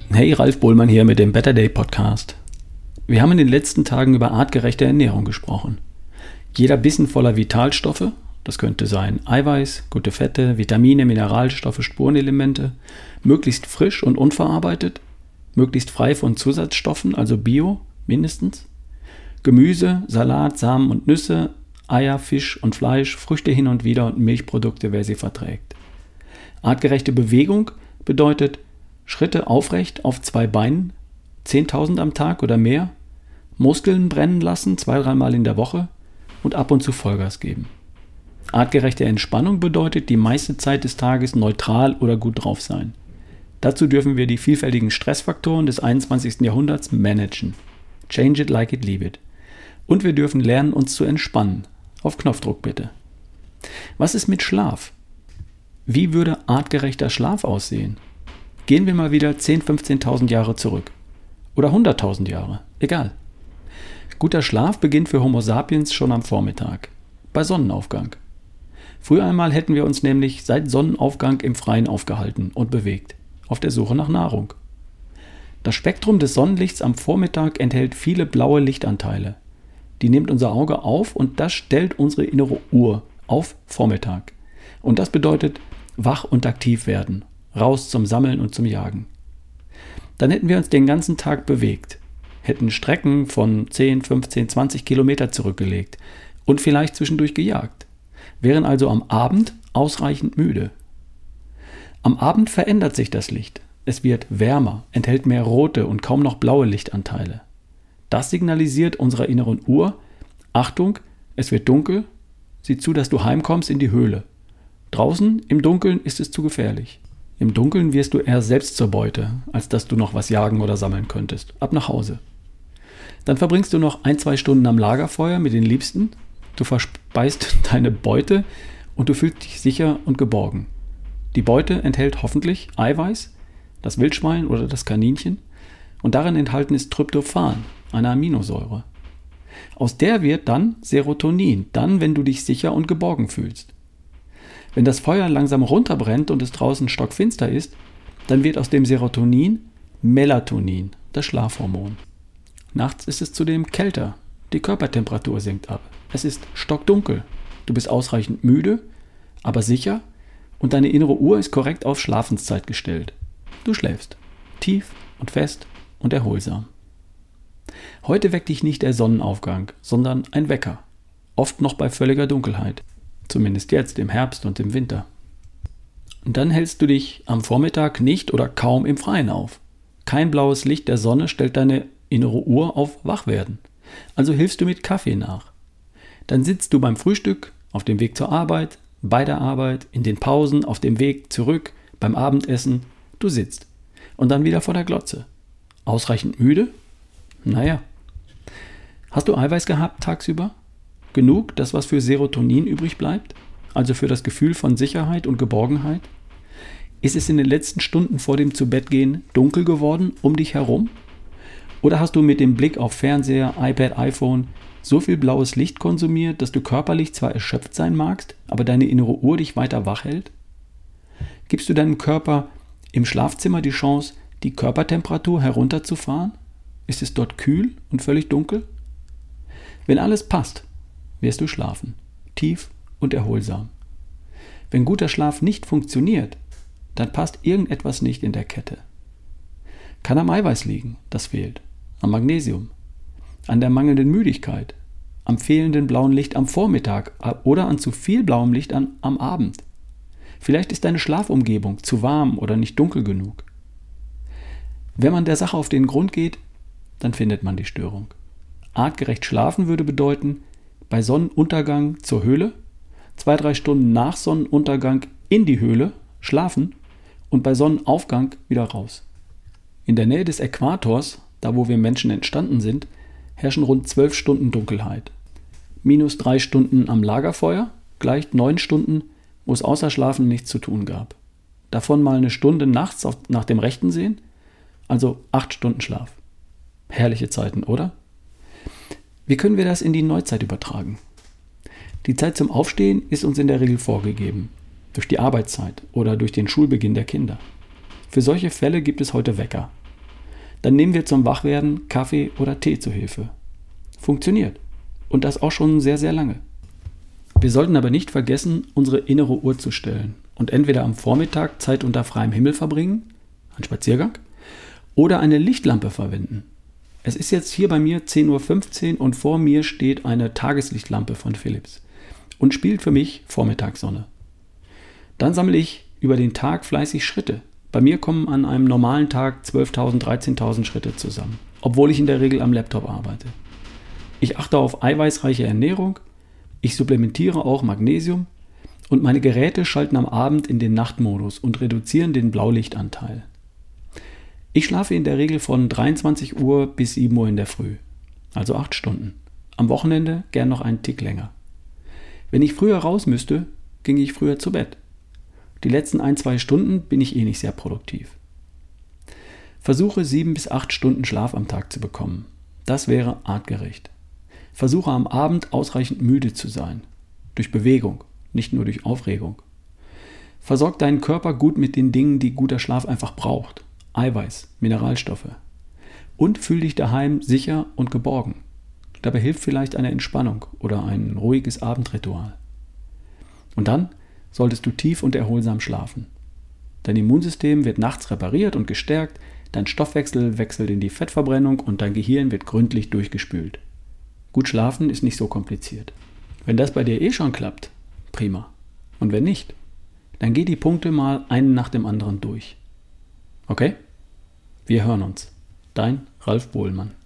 Hey, Ralf Bohlmann hier mit dem Better Day Podcast. Wir haben in den letzten Tagen über artgerechte Ernährung gesprochen. Jeder Bissen voller Vitalstoffe, das könnte sein Eiweiß, gute Fette, Vitamine, Mineralstoffe, Spurenelemente, möglichst frisch und unverarbeitet, möglichst frei von Zusatzstoffen, also Bio mindestens, Gemüse, Salat, Samen und Nüsse, Eier, Fisch und Fleisch, Früchte hin und wieder und Milchprodukte, wer sie verträgt. Artgerechte Bewegung bedeutet Schritte aufrecht auf 2 Beinen, 10.000 am Tag oder mehr, Muskeln brennen lassen, 2-3 Mal in der Woche und ab und zu Vollgas geben. Artgerechte Entspannung bedeutet die meiste Zeit des Tages neutral oder gut drauf sein. Dazu dürfen wir die vielfältigen Stressfaktoren des 21. Jahrhunderts managen. Change it like it, leave it. Und wir dürfen lernen, uns zu entspannen. Auf Knopfdruck bitte. Was ist mit Schlaf? Wie würde artgerechter Schlaf aussehen? Gehen wir mal wieder 10.000, 15.000 Jahre zurück. Oder 100.000 Jahre, egal. Guter Schlaf beginnt für Homo sapiens schon am Vormittag, bei Sonnenaufgang. Früher einmal hätten wir uns nämlich seit Sonnenaufgang im Freien aufgehalten und bewegt, auf der Suche nach Nahrung. Das Spektrum des Sonnenlichts am Vormittag enthält viele blaue Lichtanteile. Die nimmt unser Auge auf und das stellt unsere innere Uhr auf Vormittag. Und das bedeutet wach und aktiv werden. Raus zum Sammeln und zum Jagen. Dann hätten wir uns den ganzen Tag bewegt, hätten Strecken von 10, 15, 20 Kilometer zurückgelegt und vielleicht zwischendurch gejagt, wären also am Abend ausreichend müde. Am Abend verändert sich das Licht. Es wird wärmer, enthält mehr rote und kaum noch blaue Lichtanteile. Das signalisiert unserer inneren Uhr: Achtung, es wird dunkel, sieh zu, dass du heimkommst in die Höhle. Draußen im Dunkeln ist es zu gefährlich. Im Dunkeln wirst du eher selbst zur Beute, als dass du noch was jagen oder sammeln könntest. Ab nach Hause. Dann verbringst du noch 1-2 Stunden am Lagerfeuer mit den Liebsten, du verspeist deine Beute und du fühlst dich sicher und geborgen. Die Beute enthält hoffentlich Eiweiß, das Wildschwein oder das Kaninchen, und darin enthalten ist Tryptophan, eine Aminosäure. Aus der wird dann Serotonin, dann, wenn du dich sicher und geborgen fühlst. Wenn das Feuer langsam runterbrennt und es draußen stockfinster ist, dann wird aus dem Serotonin Melatonin, das Schlafhormon. Nachts ist es zudem kälter, die Körpertemperatur sinkt ab. Es ist stockdunkel, du bist ausreichend müde, aber sicher und deine innere Uhr ist korrekt auf Schlafenszeit gestellt. Du schläfst, tief und fest und erholsam. Heute weckt dich nicht der Sonnenaufgang, sondern ein Wecker, oft noch bei völliger Dunkelheit. Zumindest jetzt im Herbst und im Winter. Und dann hältst du dich am Vormittag nicht oder kaum im Freien auf. Kein blaues Licht der Sonne stellt deine innere Uhr auf Wachwerden. Also hilfst du mit Kaffee nach. Dann sitzt du beim Frühstück, auf dem Weg zur Arbeit, bei der Arbeit, in den Pausen, auf dem Weg zurück, beim Abendessen. Du sitzt. Und dann wieder vor der Glotze. Ausreichend müde? Naja. Hast du Eiweiß gehabt tagsüber? Genug, das was für Serotonin übrig bleibt? Also für das Gefühl von Sicherheit und Geborgenheit? Ist es in den letzten Stunden vor dem Zubettgehen dunkel geworden um dich herum? Oder hast du mit dem Blick auf Fernseher, iPad, iPhone so viel blaues Licht konsumiert, dass du körperlich zwar erschöpft sein magst, aber deine innere Uhr dich weiter wach hält? Gibst du deinem Körper im Schlafzimmer die Chance, die Körpertemperatur herunterzufahren? Ist es dort kühl und völlig dunkel? Wenn alles passt, wirst du schlafen, tief und erholsam. Wenn guter Schlaf nicht funktioniert, dann passt irgendetwas nicht in der Kette. Kann am Eiweiß liegen, das fehlt, am Magnesium, an der mangelnden Müdigkeit, am fehlenden blauen Licht am Vormittag oder an zu viel blauem Licht am Abend. Vielleicht ist deine Schlafumgebung zu warm oder nicht dunkel genug. Wenn man der Sache auf den Grund geht, dann findet man die Störung. Artgerecht schlafen würde bedeuten, bei Sonnenuntergang zur Höhle, 2-3 Stunden nach Sonnenuntergang in die Höhle, schlafen und bei Sonnenaufgang wieder raus. In der Nähe des Äquators, da wo wir Menschen entstanden sind, herrschen rund 12 Stunden Dunkelheit. -3 Stunden am Lagerfeuer gleicht 9 Stunden, wo es außer Schlafen nichts zu tun gab. Davon mal eine Stunde nachts nach dem Rechten sehen, also 8 Stunden Schlaf. Herrliche Zeiten, oder? Wie können wir das in die Neuzeit übertragen? Die Zeit zum Aufstehen ist uns in der Regel vorgegeben, durch die Arbeitszeit oder durch den Schulbeginn der Kinder. Für solche Fälle gibt es heute Wecker. Dann nehmen wir zum Wachwerden Kaffee oder Tee zur Hilfe. Funktioniert. Und das auch schon sehr, sehr lange. Wir sollten aber nicht vergessen, unsere innere Uhr zu stellen und entweder am Vormittag Zeit unter freiem Himmel verbringen, ein Spaziergang, oder eine Lichtlampe verwenden. Es ist jetzt hier bei mir 10:15 Uhr und vor mir steht eine Tageslichtlampe von Philips und spielt für mich Vormittagssonne. Dann sammle ich über den Tag fleißig Schritte. Bei mir kommen an einem normalen Tag 12.000, 13.000 Schritte zusammen, obwohl ich in der Regel am Laptop arbeite. Ich achte auf eiweißreiche Ernährung, ich supplementiere auch Magnesium und meine Geräte schalten am Abend in den Nachtmodus und reduzieren den Blaulichtanteil. Ich schlafe in der Regel von 23 Uhr bis 7 Uhr in der Früh, also 8 Stunden. Am Wochenende gern noch einen Tick länger. Wenn ich früher raus müsste, ginge ich früher zu Bett. Die letzten 1-2 Stunden bin ich nicht sehr produktiv. Versuche 7 bis 8 Stunden Schlaf am Tag zu bekommen. Das wäre artgerecht. Versuche am Abend ausreichend müde zu sein. Durch Bewegung, nicht nur durch Aufregung. Versorg deinen Körper gut mit den Dingen, die guter Schlaf einfach braucht. Eiweiß, Mineralstoffe. Und fühl dich daheim sicher und geborgen. Dabei hilft vielleicht eine Entspannung oder ein ruhiges Abendritual. Und dann solltest du tief und erholsam schlafen. Dein Immunsystem wird nachts repariert und gestärkt, dein Stoffwechsel wechselt in die Fettverbrennung und dein Gehirn wird gründlich durchgespült. Gut schlafen ist nicht so kompliziert. Wenn das bei dir schon klappt, prima. Und wenn nicht, dann geh die Punkte mal einen nach dem anderen durch. Okay? Wir hören uns. Dein Ralf Bohlmann.